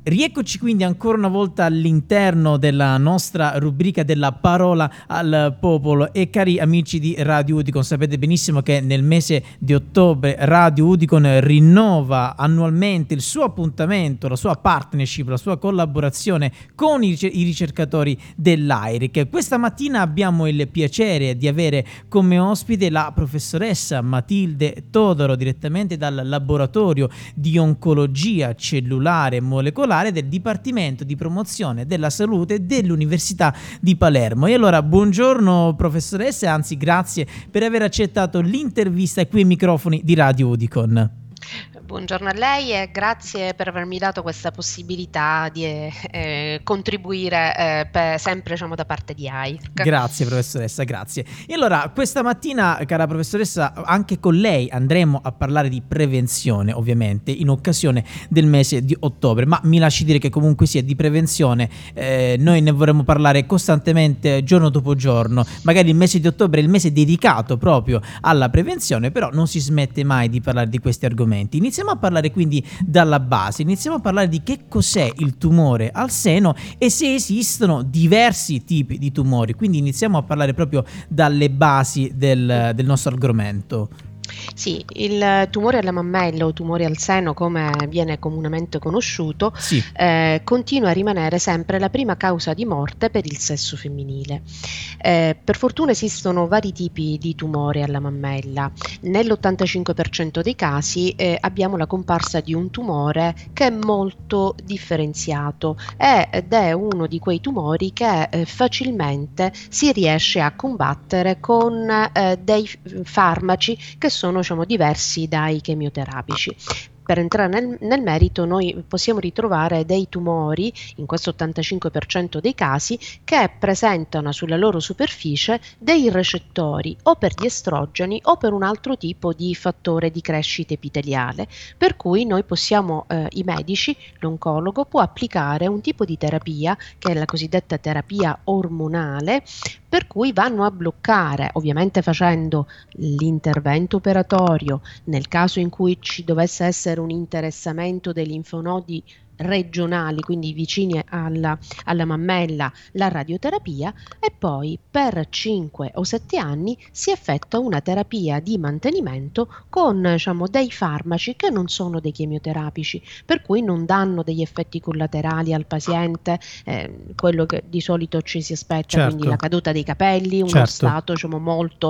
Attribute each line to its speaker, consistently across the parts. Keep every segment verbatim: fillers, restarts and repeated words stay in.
Speaker 1: Rieccoci quindi ancora una volta all'interno della nostra rubrica della parola al popolo e cari amici di Radio Udicon, sapete benissimo che nel mese di ottobre Radio Udicon rinnova annualmente il suo appuntamento, la sua partnership, la sua collaborazione con i ricercatori dell'A I R C. Questa mattina abbiamo il piacere di avere come ospite la professoressa Matilde Todoro direttamente dal laboratorio di oncologia cellulare e molecolare del Dipartimento di Promozione della Salute dell'Università di Palermo. E allora buongiorno professoressa, anzi grazie per aver accettato l'intervista qui ai microfoni di Radio Udicon.
Speaker 2: Buongiorno a lei e grazie per avermi dato questa possibilità di eh, contribuire eh, per, sempre diciamo, da parte di A I R C.
Speaker 1: Grazie professoressa, grazie. E allora questa mattina, cara professoressa, anche con lei andremo a parlare di prevenzione, ovviamente, in occasione del mese di ottobre, ma mi lasci dire che comunque sia di prevenzione eh, noi ne vorremmo parlare costantemente giorno dopo giorno. Magari il mese di ottobre è il mese dedicato proprio alla prevenzione, però non si smette mai di parlare di questi argomenti. Iniziamo a parlare quindi dalla base, iniziamo a parlare di che cos'è il tumore al seno e se esistono diversi tipi di tumori, quindi iniziamo a parlare proprio dalle basi del, del nostro argomento.
Speaker 2: Sì, il tumore alla mammella o tumore al seno, come viene comunemente conosciuto,
Speaker 1: sì.
Speaker 2: eh, continua a rimanere sempre la prima causa di morte per il sesso femminile. Eh, per fortuna esistono vari tipi di tumore alla mammella. Nell'ottantacinque per cento dei casi eh, abbiamo la comparsa di un tumore che è molto differenziato ed è uno di quei tumori che eh, facilmente si riesce a combattere con eh, dei farmaci che sono diciamo, diversi dai chemioterapici. Per entrare nel, nel merito, noi possiamo ritrovare dei tumori, in questo ottantacinque per cento dei casi, che presentano sulla loro superficie dei recettori o per gli estrogeni o per un altro tipo di fattore di crescita epiteliale, per cui noi possiamo, eh, i medici, l'oncologo può applicare un tipo di terapia che è la cosiddetta terapia ormonale, per cui vanno a bloccare, ovviamente facendo l'intervento operatorio nel caso in cui ci dovesse essere un interessamento dei linfonodi regionali, quindi vicini alla, alla mammella, la radioterapia, e poi per cinque o sette anni si effettua una terapia di mantenimento con diciamo, dei farmaci che non sono dei chemioterapici, per cui non danno degli effetti collaterali al paziente, eh, quello che di solito ci si aspetta,
Speaker 1: certo.
Speaker 2: Quindi la caduta dei capelli, uno
Speaker 1: certo.
Speaker 2: stato diciamo, molto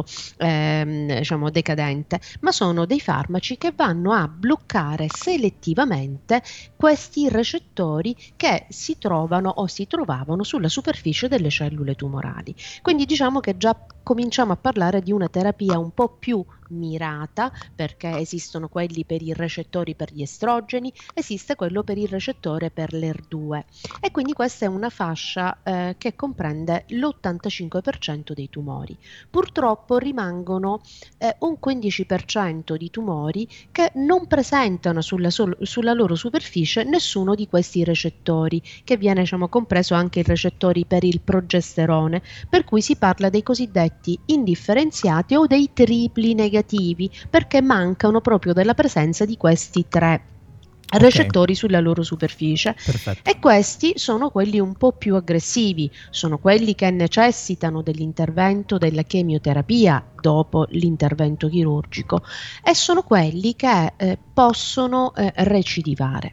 Speaker 2: ehm, diciamo, decadente, ma sono dei farmaci che vanno a bloccare selettivamente questi recettori che si trovano o si trovavano sulla superficie delle cellule tumorali. Quindi diciamo che già cominciamo a parlare di una terapia un po' più mirata, perché esistono quelli per i recettori per gli estrogeni, esiste quello per il recettore per l'E R due e quindi questa è una fascia eh, che comprende l'ottantacinque per cento dei tumori. Purtroppo rimangono eh, un quindici per cento di tumori che non presentano sulla, sol- sulla loro superficie nessuno di questi recettori, che viene diciamo, compreso anche i recettori per il progesterone, per cui si parla dei cosiddetti indifferenziati o dei tripli negativi, perché mancano proprio della presenza di questi tre recettori okay. sulla loro superficie.
Speaker 1: Perfetto.
Speaker 2: E questi sono quelli un po' più aggressivi, sono quelli che necessitano dell'intervento della chemioterapia dopo l'intervento chirurgico e sono quelli che eh, possono eh, recidivare.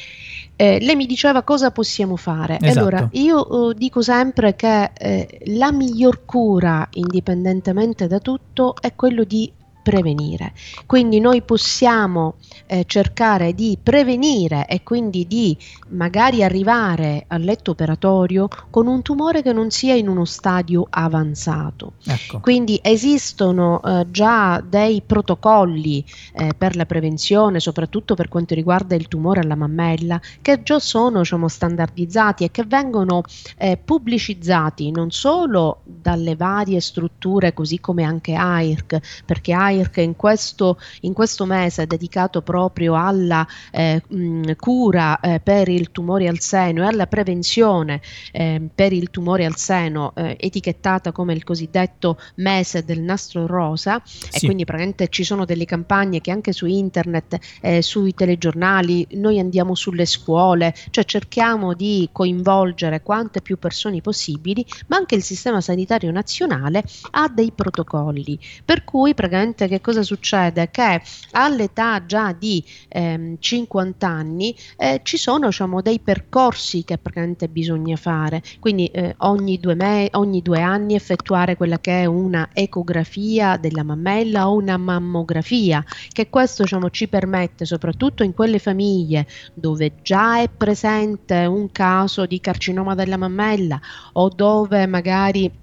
Speaker 2: Eh, lei mi diceva cosa possiamo fare.
Speaker 1: Esatto.
Speaker 2: Allora io eh, dico sempre che eh, la miglior cura, indipendentemente da tutto, è quello di prevenire. Quindi noi possiamo eh, cercare di prevenire e quindi di magari arrivare al letto operatorio con un tumore che non sia in uno stadio avanzato.
Speaker 1: Ecco.
Speaker 2: Quindi esistono eh, già dei protocolli eh, per la prevenzione, soprattutto per quanto riguarda il tumore alla mammella, che già sono diciamo, standardizzati e che vengono eh, pubblicizzati non solo dalle varie strutture, così come anche A I R C, perché A I R C che in questo, in questo mese dedicato proprio alla eh, mh, cura eh, per il tumore al seno e alla prevenzione eh, per il tumore al seno, eh, etichettata come il cosiddetto mese del nastro rosa, e
Speaker 1: Sì.
Speaker 2: quindi praticamente ci sono delle campagne che anche su internet, eh, sui telegiornali, noi andiamo sulle scuole, cioè cerchiamo di coinvolgere quante più persone possibili, ma anche il sistema sanitario nazionale ha dei protocolli, per cui praticamente che cosa succede? Che all'età già di ehm, cinquanta anni eh, ci sono, diciamo, dei percorsi che praticamente bisogna fare, quindi eh, ogni, due me- ogni due anni effettuare quella che è una ecografia della mammella o una mammografia, che questo, diciamo, ci permette, soprattutto in quelle famiglie dove già è presente un caso di carcinoma della mammella o dove magari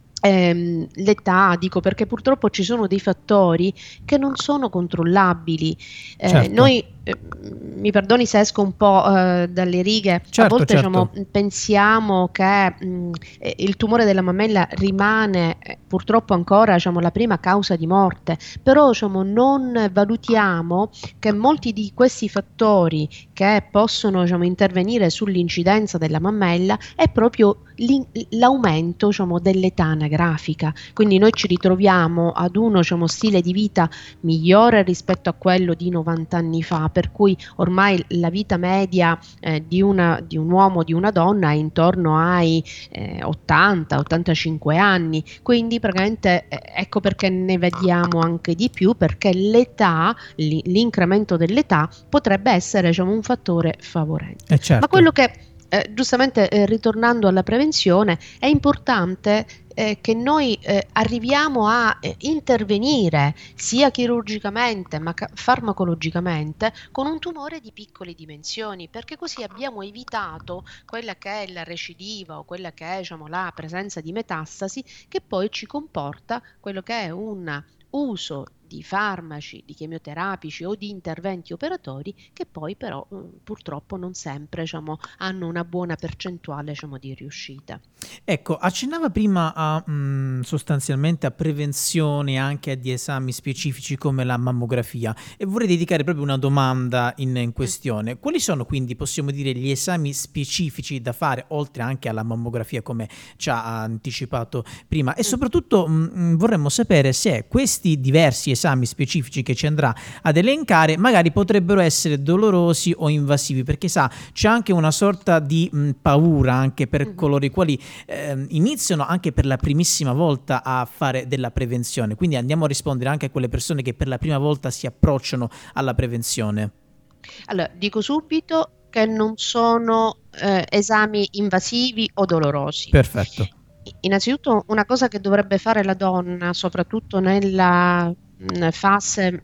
Speaker 2: ehm, l'età, dico perché purtroppo ci sono dei fattori che non sono controllabili. Eh,
Speaker 1: Certo,
Speaker 2: noi, eh, mi perdoni se esco un po' eh, dalle righe, a
Speaker 1: certo,
Speaker 2: volte, diciamo,
Speaker 1: certo.
Speaker 2: pensiamo che mh, eh, il tumore della mammella rimane eh, purtroppo ancora, diciamo, la prima causa di morte, però, diciamo, non valutiamo che molti di questi fattori che possono, diciamo, intervenire sull'incidenza della mammella è proprio l'in- l'aumento, diciamo, dell'età anagrafica. Quindi noi ci ritroviamo ad uno, diciamo, stile di vita migliore rispetto a quello di novanta anni fa, per cui ormai la vita media eh, di, una, di un uomo, di una donna, è intorno ai eh, ottanta ottantacinque anni, quindi praticamente eh, ecco perché ne vediamo anche di più, perché l'età, l- l'incremento dell'età potrebbe essere, diciamo, un fattore favorente.
Speaker 1: Eh
Speaker 2: Ma
Speaker 1: certo.
Speaker 2: quello che eh, giustamente, eh, ritornando alla prevenzione, è importante eh, che noi eh, arriviamo a eh, intervenire sia chirurgicamente ma ca- farmacologicamente con un tumore di piccole dimensioni, perché così abbiamo evitato quella che è la recidiva o quella che è, diciamo, la presenza di metastasi, che poi ci comporta quello che è un uso di farmaci, di chemioterapici o di interventi operatori che poi però eh, purtroppo non sempre, diciamo, hanno una buona percentuale, diciamo, di riuscita.
Speaker 1: Ecco, accennava prima a mh, sostanzialmente a prevenzione anche di esami specifici come la mammografia e vorrei dedicare proprio una domanda in, in
Speaker 2: Mm.
Speaker 1: questione. Quali sono quindi, possiamo dire, gli esami specifici da fare oltre anche alla mammografia come ci ha anticipato prima? E
Speaker 2: Mm.
Speaker 1: soprattutto mh, vorremmo sapere se questi diversi esami specifici che ci andrà ad elencare magari potrebbero essere dolorosi o invasivi, perché sa, c'è anche una sorta di mh, paura anche per
Speaker 2: Mhm.
Speaker 1: coloro i quali ehm, iniziano anche per la primissima volta a fare della prevenzione. Quindi andiamo a rispondere anche a quelle persone che per la prima volta si approcciano alla prevenzione.
Speaker 2: Allora, dico subito che non sono eh, esami invasivi o dolorosi.
Speaker 1: Perfetto.
Speaker 2: Innanzitutto, una cosa che dovrebbe fare la donna, soprattutto nella mh, fase,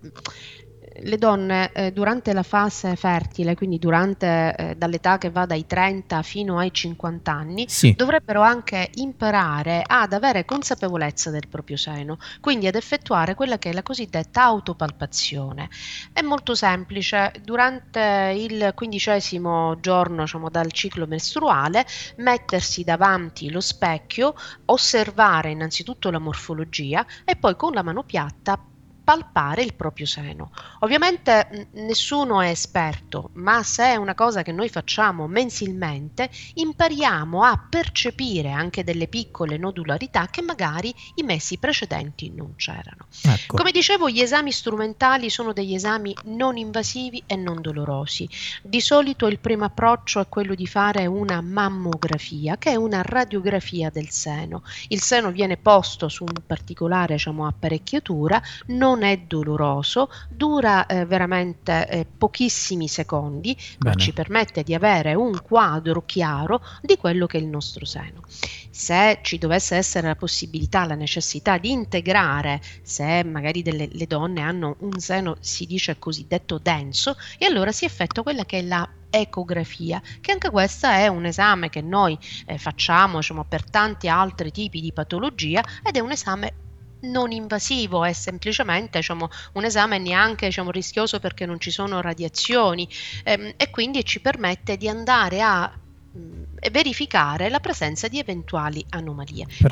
Speaker 2: le donne eh, durante la fase fertile, quindi durante eh, dall'età che va dai trenta fino ai cinquanta anni,
Speaker 1: Sì,
Speaker 2: dovrebbero anche imparare ad avere consapevolezza del proprio seno, quindi ad effettuare quella che è la cosiddetta autopalpazione. È molto semplice: durante il quindicesimo giorno, diciamo, dal ciclo mestruale, mettersi davanti lo specchio, osservare innanzitutto la morfologia e poi con la mano piatta palpare il proprio seno. Ovviamente mh, nessuno è esperto, ma se è una cosa che noi facciamo mensilmente, impariamo a percepire anche delle piccole nodularità che magari i mesi precedenti non c'erano.
Speaker 1: ecco,
Speaker 2: Come dicevo, gli esami strumentali sono degli esami non invasivi e non dolorosi. Di solito il primo approccio è quello di fare una mammografia, che è una radiografia del seno. Il seno viene posto su un particolare, diciamo, apparecchiatura, non è doloroso, dura eh, veramente eh, pochissimi secondi, ma ci
Speaker 1: bene.
Speaker 2: permette di avere un quadro chiaro di quello che è il nostro seno. Se ci dovesse essere la possibilità, la necessità di integrare, se magari delle, le donne hanno un seno, si dice cosiddetto denso, e allora si effettua quella che è la ecografia, che anche questa è un esame che noi eh, facciamo, diciamo, per tanti altri tipi di patologia, ed è un esame non invasivo, è semplicemente, diciamo, un esame neanche, diciamo, rischioso, perché non ci sono radiazioni, ehm, e quindi ci permette di andare a mh, verificare la presenza di eventuali anomalie. Quindi
Speaker 1: Perfetto.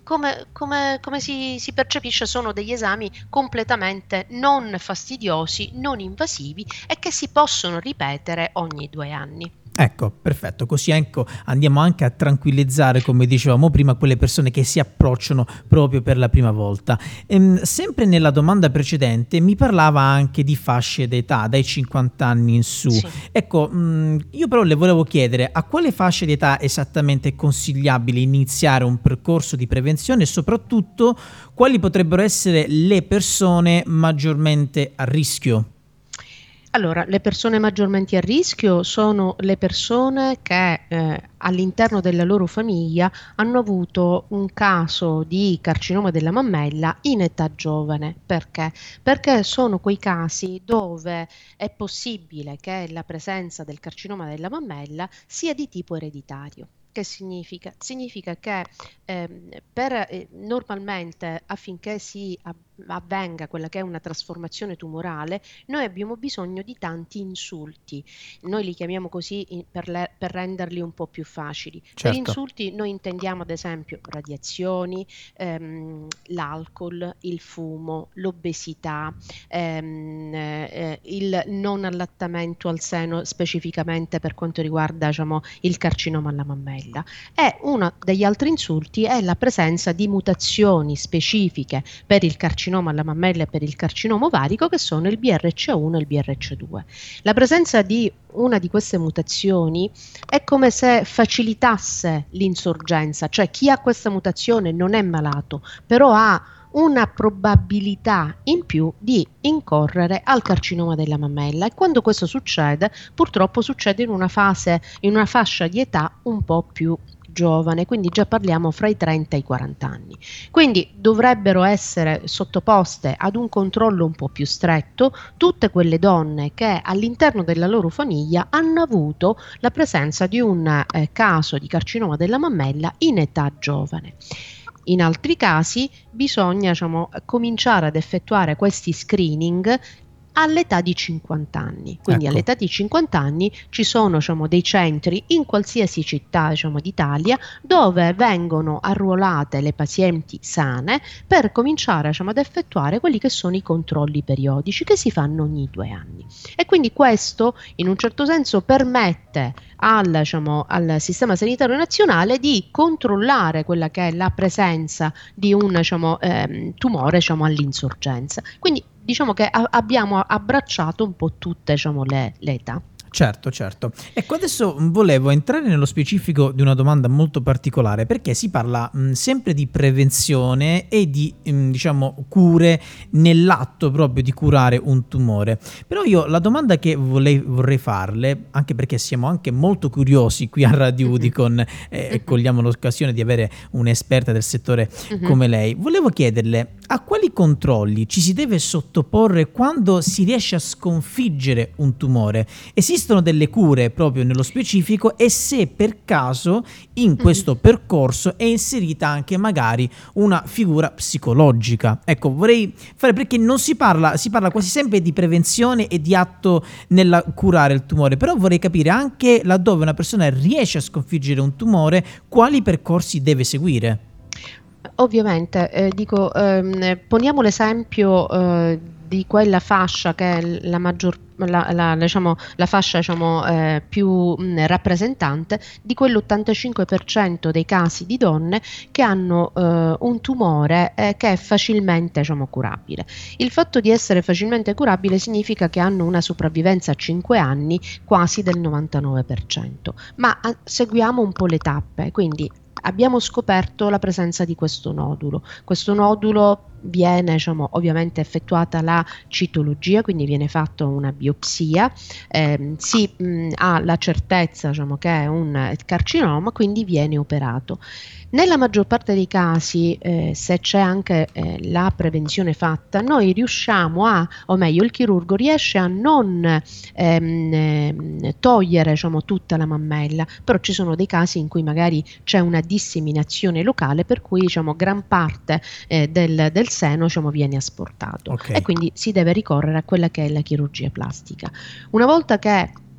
Speaker 2: come, come, come si, si percepisce sono degli esami completamente non fastidiosi, non invasivi e che si possono ripetere ogni due anni.
Speaker 1: Ecco, perfetto, così ecco, andiamo anche a tranquillizzare, come dicevamo prima, quelle persone che si approcciano proprio per la prima volta. Ehm, sempre nella domanda precedente mi parlava anche di fasce d'età, dai cinquanta anni in su.
Speaker 2: Sì.
Speaker 1: Ecco, mh, io però le volevo chiedere a quale fascia d'età esattamente è consigliabile iniziare un percorso di prevenzione e soprattutto quali potrebbero essere le persone maggiormente a rischio?
Speaker 2: Allora, le persone maggiormente a rischio sono le persone che eh, all'interno della loro famiglia hanno avuto un caso di carcinoma della mammella in età giovane. Perché? Perché sono quei casi dove è possibile che la presenza del carcinoma della mammella sia di tipo ereditario. Che significa? Significa che ehm, per, eh, normalmente affinché si ab- avvenga quella che è una trasformazione tumorale, noi abbiamo bisogno di tanti insulti. Noi li chiamiamo così in- per, le- per renderli un po' più facili. Per
Speaker 1: Certo.
Speaker 2: insulti noi intendiamo ad esempio radiazioni, ehm, l'alcol, il fumo, l'obesità, ehm, eh, il non allattamento al seno specificamente per quanto riguarda, diciamo, il carcinoma alla mammella. E uno degli altri insulti è la presenza di mutazioni specifiche per il carcinoma alla mammella e per il carcinoma ovarico, che sono il B R C A uno e il B R C A due. La presenza di una di queste mutazioni è come se facilitasse l'insorgenza, cioè chi ha questa mutazione non è malato, però ha una probabilità in più di incorrere al carcinoma della mammella, e quando questo succede, purtroppo succede in una fase, in una fascia di età un po' più giovane, quindi già parliamo fra i trenta e i quaranta anni. Quindi dovrebbero essere sottoposte ad un controllo un po' più stretto tutte quelle donne che all'interno della loro famiglia hanno avuto la presenza di un eh, caso di carcinoma della mammella in età giovane. In altri casi bisogna, diciamo, cominciare ad effettuare questi screening all'età di cinquanta anni. Quindi
Speaker 1: Ecco.
Speaker 2: all'età di cinquanta anni ci sono, diciamo, dei centri in qualsiasi città, diciamo, d'Italia, dove vengono arruolate le pazienti sane per cominciare, diciamo, ad effettuare quelli che sono i controlli periodici che si fanno ogni due anni. E quindi questo in un certo senso permette al, diciamo, al sistema sanitario nazionale di controllare quella che è la presenza di un, diciamo, ehm, tumore, diciamo, all'insorgenza. Quindi diciamo che a- abbiamo abbracciato un po' tutte, diciamo, le, le età.
Speaker 1: Certo, certo. Ecco, adesso volevo entrare nello specifico di una domanda molto particolare, perché si parla mh, sempre di prevenzione e di, mh, diciamo, cure nell'atto proprio di curare un tumore. Però io la domanda che volei, vorrei farle, anche perché siamo anche molto curiosi qui a Radio
Speaker 2: Mhm.
Speaker 1: Udicon eh, e
Speaker 2: Mhm.
Speaker 1: cogliamo l'occasione di avere un'esperta del settore
Speaker 2: Mhm.
Speaker 1: come lei, volevo chiederle a quali controlli ci si deve sottoporre quando si riesce a sconfiggere un tumore? Esistono delle cure proprio nello specifico e se per caso in questo
Speaker 2: Mhm.
Speaker 1: percorso è inserita anche magari una figura psicologica. Ecco, vorrei fare, perché non si parla, si parla quasi sempre di prevenzione e di atto nella curare il tumore, però vorrei capire anche laddove una persona riesce a sconfiggere un tumore, quali percorsi deve seguire.
Speaker 2: Ovviamente, eh, dico, ehm, poniamo l'esempio eh, di quella fascia che è la maggior, la, la- diciamo, la fascia, diciamo, eh, più mh, rappresentante di quell'ottantacinque per cento dei casi di donne che hanno eh, un tumore eh, che è facilmente, diciamo, curabile. Il fatto di essere facilmente curabile significa che hanno una sopravvivenza a cinque anni quasi del novantanove per cento. Ma ah, seguiamo un po' le tappe, quindi abbiamo scoperto la presenza di questo nodulo. Questo nodulo viene, diciamo, ovviamente effettuata la citologia, quindi viene fatta una biopsia, ehm, si mh, ha la certezza, diciamo, che è un carcinoma, quindi viene operato. Nella maggior parte dei casi, eh, se c'è anche eh, la prevenzione fatta, noi riusciamo a, o meglio, il chirurgo riesce a non ehm, ehm, togliere, diciamo, tutta la mammella, però ci sono dei casi in cui magari c'è una disseminazione locale per cui, diciamo, gran parte eh, del, del seno, diciamo, viene asportato
Speaker 1: Ok.
Speaker 2: e quindi si deve ricorrere a quella che è la chirurgia plastica. Una volta che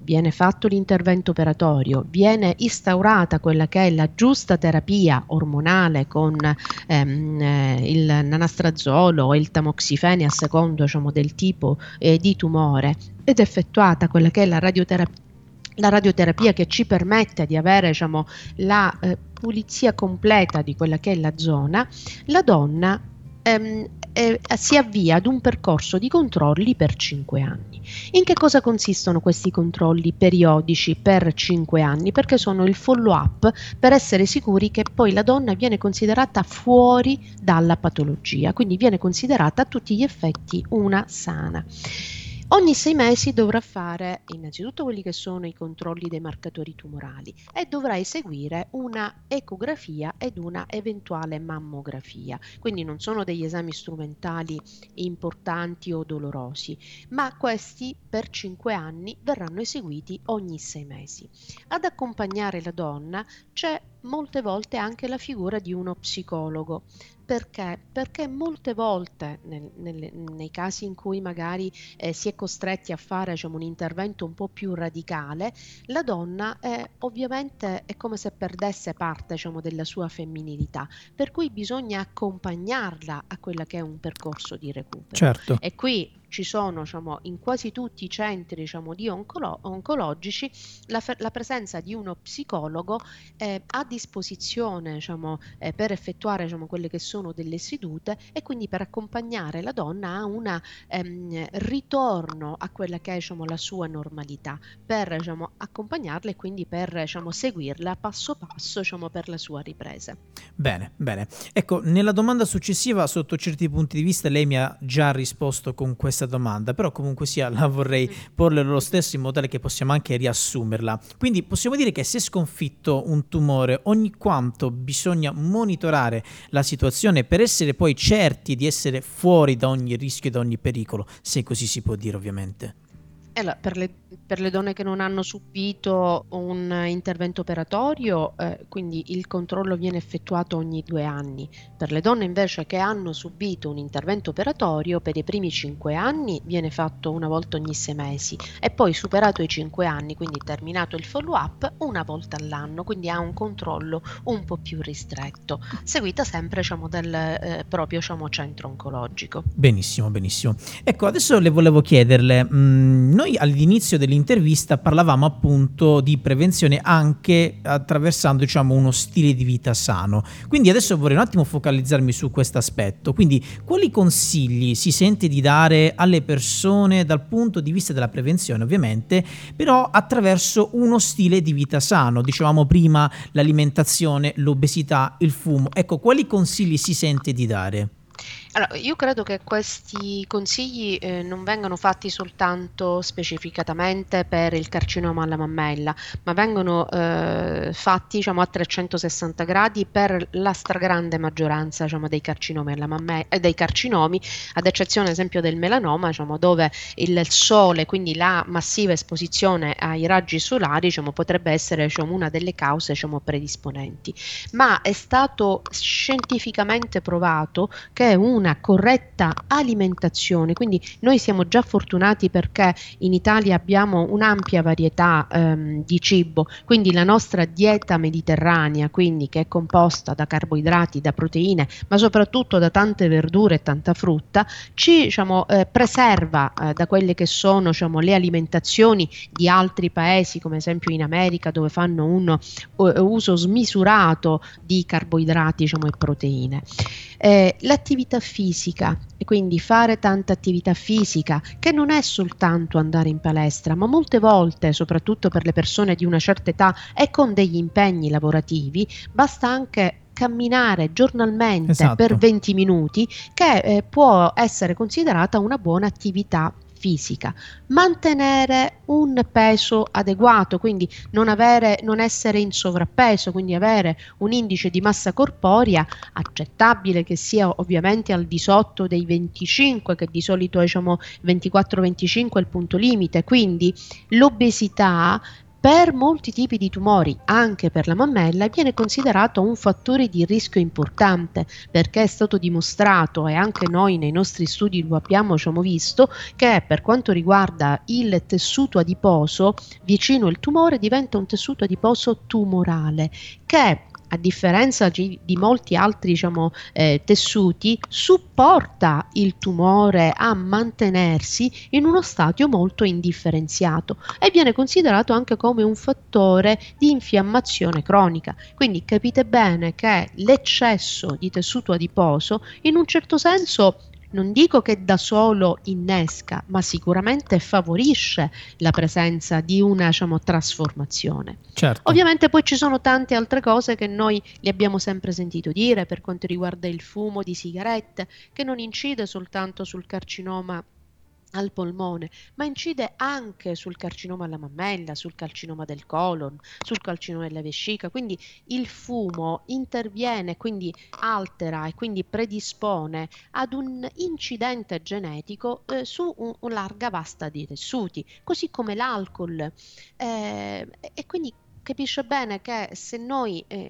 Speaker 2: viene fatto l'intervento operatorio, viene instaurata quella che è la giusta terapia ormonale con ehm, eh, il nanastrazolo o il tamoxifene a secondo, diciamo, del tipo eh, di tumore, ed effettuata quella che è la radioterapia la radioterapia che ci permette di avere, diciamo, la eh, pulizia completa di quella che è la zona, la donna ehm, eh, si avvia ad un percorso di controlli per cinque anni. In che cosa consistono questi controlli periodici per cinque anni? Perché sono il follow-up per essere sicuri che poi la donna viene considerata fuori dalla patologia, quindi viene considerata a tutti gli effetti una sana. Ogni sei mesi dovrà fare innanzitutto quelli che sono i controlli dei marcatori tumorali e dovrà eseguire una ecografia ed una eventuale mammografia. Quindi non sono degli esami strumentali importanti o dolorosi, ma questi per cinque anni verranno eseguiti ogni sei mesi. Ad accompagnare la donna c'è molte volte anche la figura di uno psicologo. Perché? Perché molte volte nel, nelle, nei casi in cui magari eh, si è costretti a fare, diciamo, un intervento un po' più radicale, la donna è, ovviamente è come se perdesse parte, diciamo, della sua femminilità, per cui bisogna accompagnarla a quella che è un percorso di recupero.
Speaker 1: Certo.
Speaker 2: E qui ci sono, diciamo, in quasi tutti i centri, diciamo, di oncolo- oncologici la, fe- la presenza di uno psicologo eh, a disposizione, diciamo, eh, per effettuare, diciamo, quelle che sono delle sedute e quindi per accompagnare la donna a un ehm, ritorno a quella che è, diciamo, la sua normalità, per, diciamo, accompagnarla e quindi per, diciamo, seguirla passo passo, diciamo, per la sua ripresa.
Speaker 1: Bene, bene. Ecco, nella domanda successiva, sotto certi punti di vista, lei mi ha già risposto con questa domanda, però comunque sia la vorrei porle lo stesso in modo tale che possiamo anche riassumerla. Quindi possiamo dire che se sconfitto un tumore, ogni quanto bisogna monitorare la situazione per essere poi certi di essere fuori da ogni rischio e da ogni pericolo, se così si può dire, ovviamente.
Speaker 2: Allora, per le, per le donne che non hanno subito un intervento operatorio, eh, quindi il controllo viene effettuato ogni due anni. Per le donne invece che hanno subito un intervento operatorio, per i primi cinque anni viene fatto una volta ogni sei mesi e poi superato i cinque anni, quindi terminato il follow-up, una volta all'anno, quindi ha un controllo un po' più ristretto, seguita sempre, diciamo, dal eh, proprio, diciamo, centro oncologico.
Speaker 1: Benissimo, benissimo. Ecco, adesso le volevo chiederle, mh, noi all'inizio dell'intervista parlavamo appunto di prevenzione anche attraversando, diciamo, uno stile di vita sano. Quindi adesso vorrei un attimo focalizzarmi su questo aspetto. Quindi quali consigli si sente di dare alle persone dal punto di vista della prevenzione, ovviamente, però attraverso uno stile di vita sano? Dicevamo prima l'alimentazione, l'obesità, il fumo. Ecco, quali consigli si sente di dare?
Speaker 2: Allora, io credo che questi consigli eh, non vengano fatti soltanto specificatamente per il carcinoma alla mammella, ma vengono eh, fatti, diciamo, a trecentosessanta gradi per la stragrande maggioranza, diciamo, dei carcinomi alla mammella, eh, dei carcinomi, ad eccezione ad esempio del melanoma, diciamo, dove il sole, quindi la massiva esposizione ai raggi solari, diciamo, potrebbe essere, diciamo, una delle cause, diciamo, predisponenti. Ma è stato scientificamente provato che una corretta alimentazione, quindi noi siamo già fortunati perché in Italia abbiamo un'ampia varietà ehm, di cibo, quindi la nostra dieta mediterranea, quindi che è composta da carboidrati, da proteine, ma soprattutto da tante verdure e tanta frutta, ci, diciamo, eh, preserva eh, da quelle che sono, diciamo, le alimentazioni di altri paesi, come esempio in America, dove fanno un uh, uso smisurato di carboidrati, diciamo, e proteine. Eh, l'attività fisica, e quindi fare tanta attività fisica, che non è soltanto andare in palestra, ma molte volte, soprattutto per le persone di una certa età e con degli impegni lavorativi, basta anche camminare giornalmente, esatto, per venti minuti, che eh, può essere considerata una buona attività fisica. Mantenere un peso adeguato, quindi non avere, non essere in sovrappeso, quindi avere un indice di massa corporea accettabile, che sia ovviamente al di sotto dei venticinque, che di solito, diciamo, ventiquattro venticinque è il punto limite. Quindi l'obesità Per molti tipi di tumori, anche per la mammella, viene considerato un fattore di rischio importante, perché è stato dimostrato, e anche noi nei nostri studi lo abbiamo diciamo, visto, che per quanto riguarda il tessuto adiposo, vicino il tumore diventa un tessuto adiposo tumorale, che a differenza di, di molti altri diciamo, eh, tessuti, supporta il tumore a mantenersi in uno stadio molto indifferenziato e viene considerato anche come un fattore di infiammazione cronica. Quindi capite bene che l'eccesso di tessuto adiposo in un certo senso non dico che da solo innesca, ma sicuramente favorisce la presenza di una diciamo, trasformazione.
Speaker 1: Certo.
Speaker 2: Ovviamente poi ci sono tante altre cose che noi li abbiamo sempre sentito dire per quanto riguarda il fumo di sigarette, che non incide soltanto sul carcinoma al polmone, ma incide anche sul carcinoma alla mammella, sul carcinoma del colon, sul carcinoma della vescica. Quindi il fumo interviene, quindi altera e quindi predispone ad un incidente genetico eh, su un, un larga vasta di tessuti, così come l'alcol. Eh, e quindi capisce bene che se noi eh,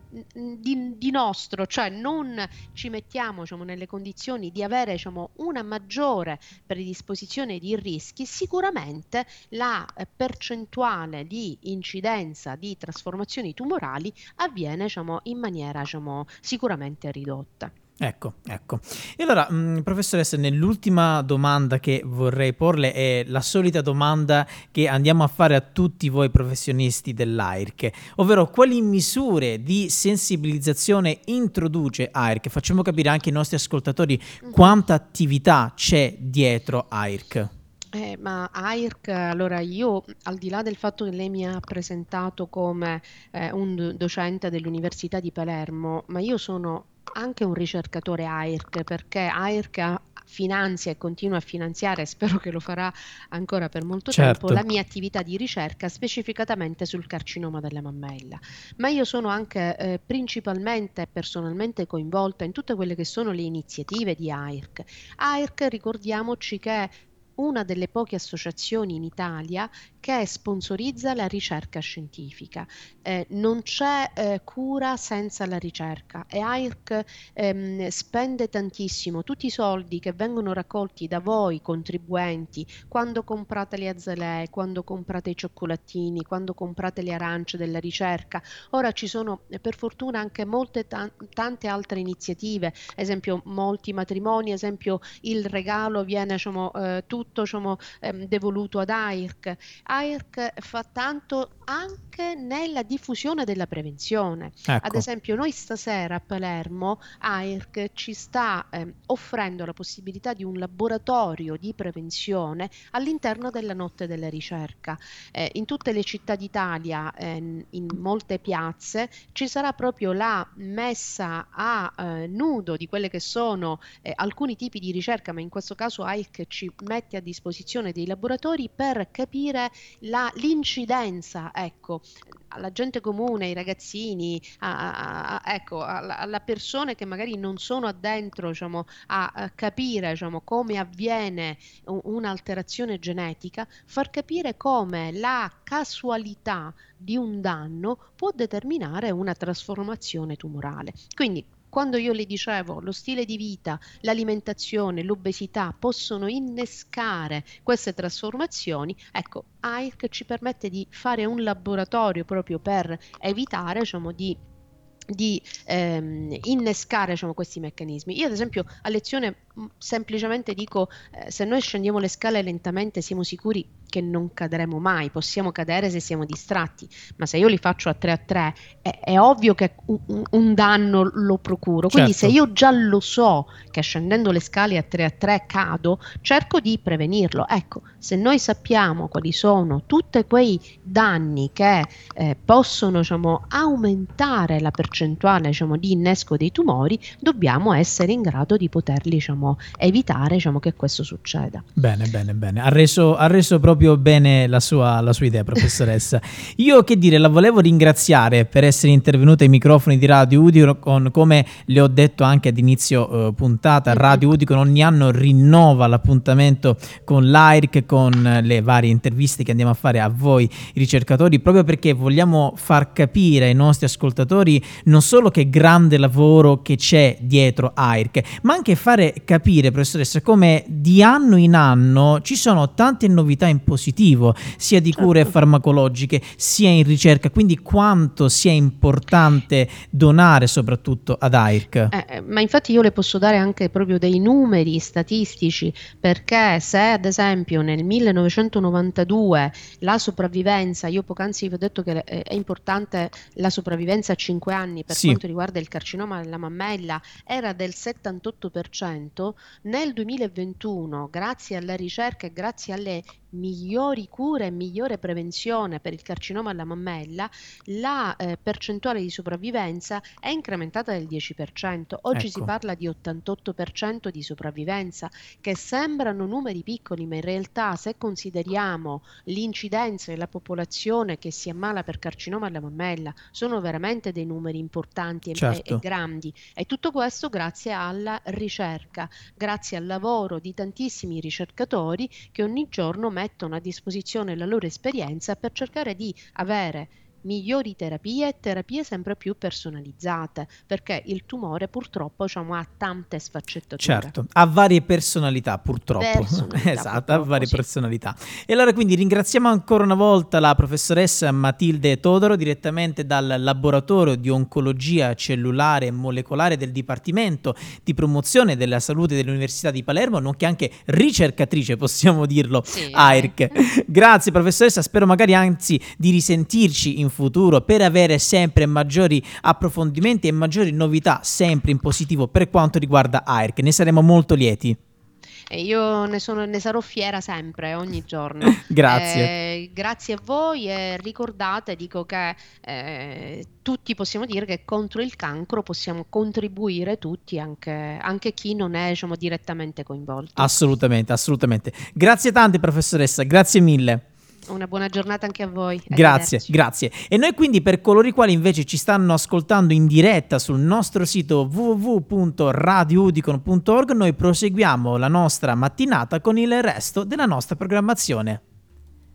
Speaker 2: di, di nostro, cioè non ci mettiamo diciamo, nelle condizioni di avere diciamo, una maggiore predisposizione di rischi, sicuramente la eh, percentuale di incidenza di trasformazioni tumorali avviene diciamo, in maniera diciamo, sicuramente ridotta.
Speaker 1: Ecco, ecco. E allora, mh, professoressa, nell'ultima domanda che vorrei porle è la solita domanda che andiamo a fare a tutti voi professionisti dell'A I R C, ovvero quali misure di sensibilizzazione introduce A I R C? Facciamo capire anche ai nostri ascoltatori mm-hmm. quanta attività c'è dietro A I R C.
Speaker 2: Eh, ma A I R C, allora io al di là del fatto che lei mi ha presentato come eh, un docente dell'Università di Palermo, ma io sono anche un ricercatore A I R C perché A I R C ha finanzia e continua a finanziare, spero che lo farà ancora per molto
Speaker 1: certo.
Speaker 2: tempo, la mia attività di ricerca specificatamente sul carcinoma della mammella. Ma io sono anche eh, principalmente e personalmente coinvolta in tutte quelle che sono le iniziative di A I R C. A I R C, ricordiamoci che è una delle poche associazioni in Italia che sponsorizza la ricerca scientifica. Eh, non c'è eh, cura senza la ricerca e A I R C ehm, spende tantissimo. Tutti i soldi che vengono raccolti da voi contribuenti quando comprate le azalee, quando comprate i cioccolatini, quando comprate le arance della ricerca. Ora ci sono eh, per fortuna anche molte ta- tante altre iniziative, esempio molti matrimoni, esempio il regalo viene diciamo, eh, tutto diciamo, ehm, devoluto ad A I R C. A I R C fa tanto anche nella diffusione della prevenzione.
Speaker 1: Ecco.
Speaker 2: Ad esempio noi stasera a Palermo A I R C ci sta eh, offrendo la possibilità di un laboratorio di prevenzione all'interno della notte della ricerca. Eh, in tutte le città d'Italia, eh, in molte piazze, ci sarà proprio la messa a eh, nudo di quelle che sono eh, alcuni tipi di ricerca, ma in questo caso A I R C ci mette a disposizione dei laboratori per capire la, l'incidenza, ecco, alla gente comune, ai ragazzini, a, a, a, ecco, alla, alla persone che magari non sono addentro diciamo, a, a capire diciamo, come avviene un, un'alterazione genetica, far capire come la casualità di un danno può determinare una trasformazione tumorale. Quindi quando io le dicevo lo stile di vita, l'alimentazione, l'obesità possono innescare queste trasformazioni, ecco, A I R C ci permette di fare un laboratorio proprio per evitare, diciamo, di di ehm, innescare diciamo, questi meccanismi. Io ad esempio a lezione mh, semplicemente dico eh, se noi scendiamo le scale lentamente siamo sicuri che non cadremo mai, possiamo cadere se siamo distratti, ma se io li faccio a tre a tre è, è ovvio che un, un danno lo procuro, quindi
Speaker 1: certo.
Speaker 2: se io già lo so che scendendo le scale a tre a tre cado, cerco di prevenirlo. Ecco, se noi sappiamo quali sono tutti quei danni che eh, possono diciamo, aumentare la percentuale diciamo, di innesco dei tumori, dobbiamo essere in grado di poterli diciamo, evitare diciamo, che questo succeda.
Speaker 1: Bene, bene, bene. Ha reso, ha reso proprio proprio bene la sua, la sua idea, professoressa. Io, che dire, la volevo ringraziare per essere intervenuta ai microfoni di Radio Udicon, con, come le ho detto anche ad inizio eh, puntata, Radio Udicon ogni anno rinnova l'appuntamento con l'A I R C, con le varie interviste che andiamo a fare a voi ricercatori, proprio perché vogliamo far capire ai nostri ascoltatori non solo che grande lavoro che c'è dietro A I R C, ma anche fare capire, professoressa, come di anno in anno ci sono tante novità in positivo, sia di cure
Speaker 2: Certo.
Speaker 1: farmacologiche sia in ricerca, quindi quanto sia importante donare soprattutto ad A I R C.
Speaker 2: Eh, ma infatti io le posso dare anche proprio dei numeri statistici, perché se ad esempio nel millenovecentonovantadue la sopravvivenza, io poc'anzi vi ho detto che è importante la sopravvivenza a cinque anni per
Speaker 1: Sì.
Speaker 2: quanto riguarda il carcinoma della mammella, era del settantotto per cento, nel duemilaventuno grazie alla ricerca e grazie alle migliori cure e migliore prevenzione per il carcinoma alla mammella, la eh, percentuale di sopravvivenza è incrementata del dieci per cento. Oggi
Speaker 1: Ecco.
Speaker 2: si parla di ottantotto per cento di sopravvivenza, che sembrano numeri piccoli, ma in realtà se consideriamo l'incidenza della popolazione che si ammala per carcinoma alla mammella, sono veramente dei numeri importanti e,
Speaker 1: Certo.
Speaker 2: e, e grandi. E tutto questo grazie alla ricerca, grazie al lavoro di tantissimi ricercatori che ogni giorno mettono a disposizione la loro esperienza per cercare di avere migliori terapie, terapie sempre più personalizzate, perché il tumore purtroppo, diciamo, ha tante sfaccettature.
Speaker 1: Certo, ha varie personalità purtroppo.
Speaker 2: Personalità,
Speaker 1: esatto,
Speaker 2: purtroppo,
Speaker 1: ha varie
Speaker 2: sì.
Speaker 1: personalità. E allora quindi ringraziamo ancora una volta la professoressa Matilde Todaro, direttamente dal laboratorio di oncologia cellulare e molecolare del Dipartimento di Promozione della Salute dell'Università di Palermo, nonché anche ricercatrice, possiamo dirlo,
Speaker 2: Sì,
Speaker 1: A I R
Speaker 2: eh.
Speaker 1: C. Grazie professoressa, spero magari anzi di risentirci in futuro per avere sempre maggiori approfondimenti e maggiori novità sempre in positivo per quanto riguarda A I R C. Ne saremo molto lieti.
Speaker 2: E io ne, sono, ne sarò fiera sempre, ogni giorno.
Speaker 1: Grazie.
Speaker 2: Eh, grazie a voi e ricordate, dico che eh, tutti possiamo dire che contro il cancro possiamo contribuire tutti, anche, anche chi non è, diciamo, direttamente coinvolto.
Speaker 1: Assolutamente, assolutamente. Grazie tante professoressa, grazie mille.
Speaker 2: Una buona giornata anche a voi.
Speaker 1: Grazie,
Speaker 2: Arrivederci.
Speaker 1: grazie. E noi quindi, per coloro i quali invece ci stanno ascoltando in diretta sul nostro sito w w w punto radio udicon punto org, noi proseguiamo la nostra mattinata con il resto della nostra programmazione.